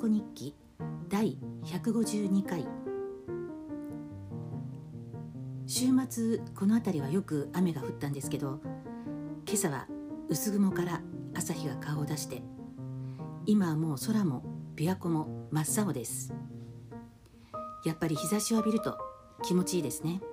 子日記第152回。週末この辺りはよく雨が降ったんですけど、今朝は薄雲から朝日が顔を出して、今はもう空も琵琶湖も真っ青です。やっぱり日差しを浴びると気持ちいいですね。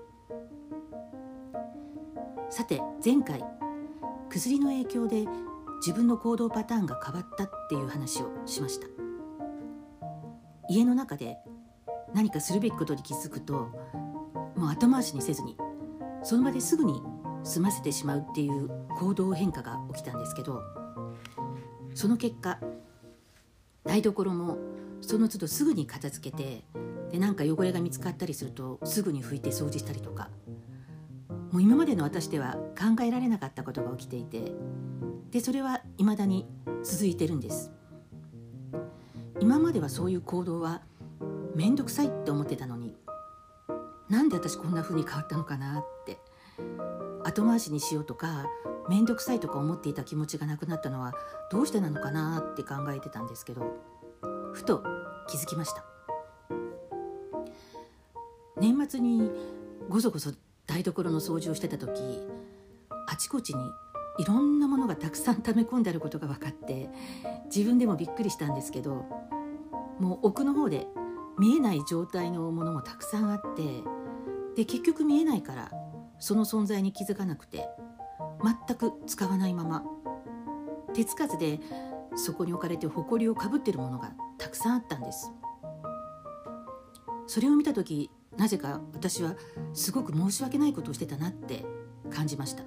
さて、前回薬の影響で自分の行動パターンが変わったっていう話をしました。家の中で何かするべきことに気づくと、もう後回しにせずにその場ですぐに済ませてしまうっていう行動変化が起きたんですけど、その結果台所もその都度すぐに片付けて、でなんか汚れが見つかったりするとすぐに拭いて掃除したりとか、もう今までの私では考えられなかったことが起きていて、でそれは未だに続いてるんです。今まではそういう行動はめんどくさいって思ってたのに、なんで私こんな風に変わったのかなって、後回しにしようとかめんどくさいとか思っていた気持ちがなくなったのはどうしてなのかなって考えてたんですけど、ふと気づきました。年末にごそごそ台所の掃除をしてた時、あちこちにいろんなものがたくさん溜め込んであることが分かって、自分でもびっくりしたんですけど、もう奥の方で見えない状態のものもたくさんあって、で結局見えないからその存在に気づかなくて、全く使わないまま手つかずでそこに置かれて埃をかぶっているものがたくさんあったんです。それを見た時、なぜか私はすごく申し訳ないことをしてたなって感じました。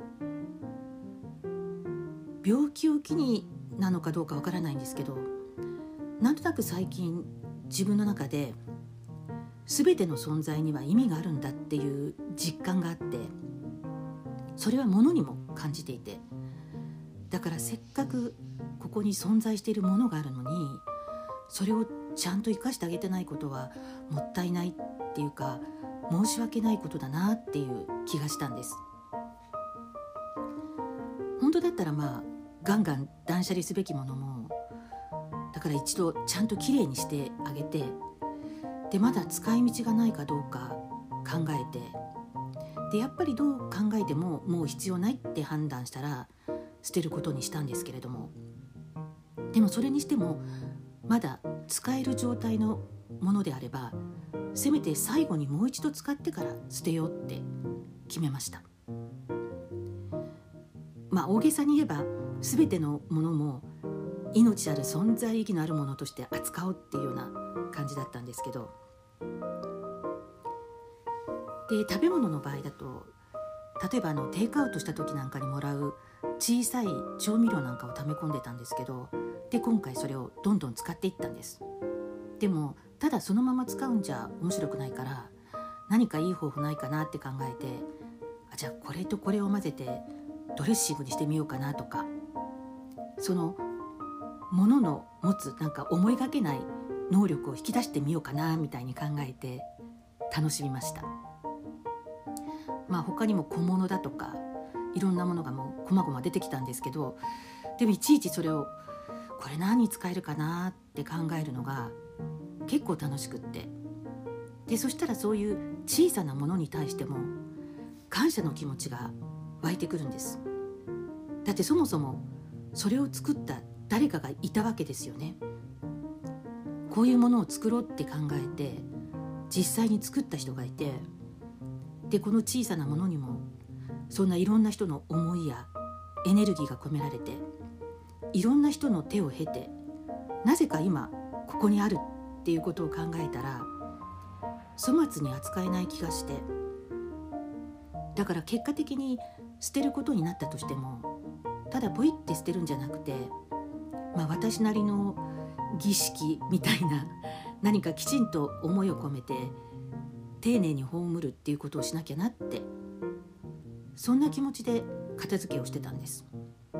病気を機になのかどうかわからないんですけど、なんとなく最近自分の中で全ての存在には意味があるんだっていう実感があって、それは物にも感じていて、だからせっかくここに存在しているものがあるのに、それをちゃんと生かしてあげてないことはもったいないっていうか、申し訳ないことだなっていう気がしたんです。本当だったらガンガン断捨離すべきものも、だから一度ちゃんときれいにしてあげて、でまだ使い道がないかどうか考えて、でやっぱりどう考えてももう必要ないって判断したら捨てることにしたんですけれども、でもそれにしてもまだ使える状態のものであれば、せめて最後にもう一度使ってから捨てようって決めました。大げさに言えば全てのものも命ある存在意義のあるものとして扱おうっていうような感じだったんですけど、で食べ物の場合だと、例えばテイクアウトした時なんかにもらう小さい調味料なんかを溜め込んでたんですけど、で今回それをどんどん使っていったんです。でもただそのまま使うんじゃ面白くないから、何かいい方法ないかなって考えて、じゃあこれとこれを混ぜてドレッシングにしてみようかなとか、そのものの持つなんか思いがけない能力を引き出してみようかなみたいに考えて楽しみました。他にも小物だとかいろんなものがもうこまごま出てきたんですけど、でもいちいちそれをこれ何に使えるかなって考えるのが結構楽しくって、でそしたらそういう小さなものに対しても感謝の気持ちが湧いてくるんです。だってそもそもそれを作った誰かがいたわけですよね。こういうものを作ろうって考えて実際に作った人がいて、でこの小さなものにもそんないろんな人の思いやエネルギーが込められて、いろんな人の手を経てなぜか今ここにあるっていうことを考えたら、粗末に扱えない気がして、だから結果的に捨てることになったとしても、ただポイって捨てるんじゃなくて、私なりの儀式みたいな何かきちんと思いを込めて丁寧に葬るっていうことをしなきゃなって、そんな気持ちで片付けをしてたんです。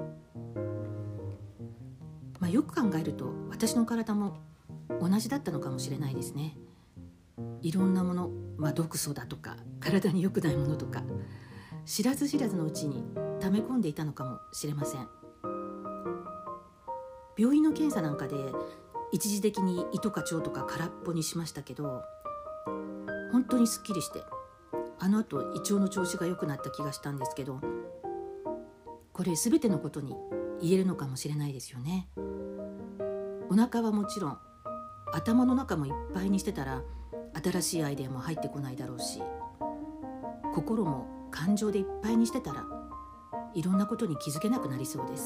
よく考えると私の体も同じだったのかもしれないですね。いろんなもの、毒素だとか体に良くないものとか、知らず知らずのうちに溜め込んでいたのかもしれません。病院の検査なんかで一時的に胃とか腸とか空っぽにしましたけど、本当にすっきりして、あの後胃腸の調子が良くなった気がしたんですけど、これ全てのことに言えるのかもしれないですよね。お腹はもちろん、頭の中もいっぱいにしてたら新しいアイデアも入ってこないだろうし、心も感情でいっぱいにしてたらいろんなことに気づけなくなりそうです。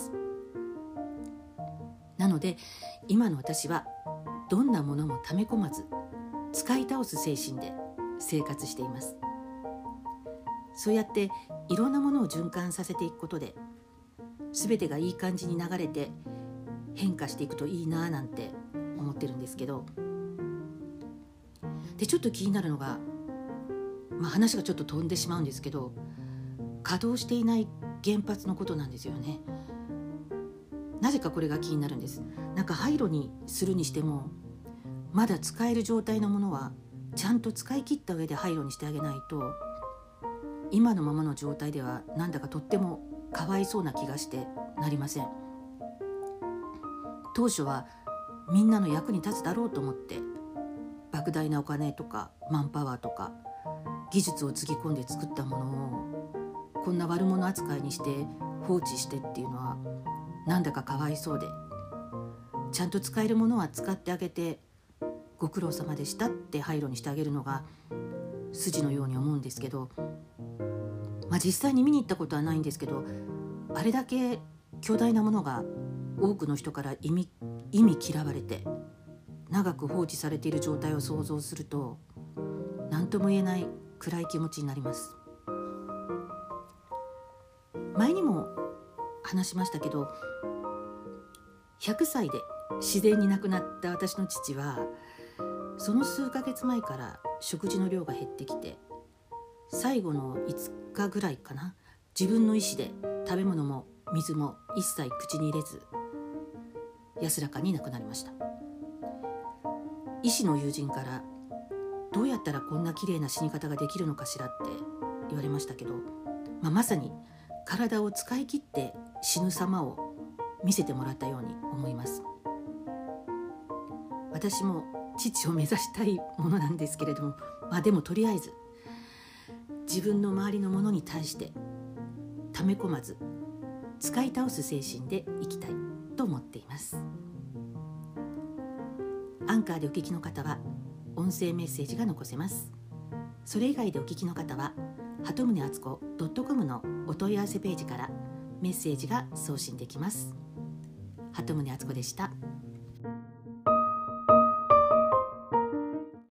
なので今の私はどんなものも溜め込まず、使い倒す精神で生活しています。そうやっていろんなものを循環させていくことで、全てがいい感じに流れて変化していくといいななんて思ってるんですけど、でちょっと気になるのが、話がちょっと飛んでしまうんですけど、稼働していない原発のことなんですよね。なぜかこれが気になるんです。なんか廃炉にするにしても、まだ使える状態のものはちゃんと使い切った上で廃炉にしてあげないと、今のままの状態ではなんだかとってもかわいそうな気がしてなりません。当初はみんなの役に立つだろうと思って、莫大なお金とかマンパワーとか技術をつぎ込んで作ったものを、こんな悪者扱いにして放置してっていうのはなんだかかわいそうで、ちゃんと使えるものは使ってあげて、ご苦労様でしたって廃炉にしてあげるのが筋のように思うんですけど、実際に見に行ったことはないんですけど、あれだけ巨大なものが多くの人から意味嫌われて長く放置されている状態を想像すると、何とも言えない暗い気持ちになります。前にも話しましたけど、100歳で自然に亡くなった私の父は、その数ヶ月前から食事の量が減ってきて、最後の5日ぐらいかな、自分の意思で食べ物も水も一切口に入れず、安らかに亡くなりました。医師の友人から、どうやったらこんな綺麗な死に方ができるのかしらって言われましたけど、まさに体を使い切って死ぬ様を見せてもらったように思います。私も父を目指したいものなんですけれども、でもとりあえず自分の周りのものに対して溜め込まず、使い倒す精神で生きたいと思っています。アンカーでお聞きの方は音声メッセージが残せます。それ以外でお聞きの方は鳩宗敦子 .com のお問い合わせページからメッセージが送信できます。鳩宗敦子でした。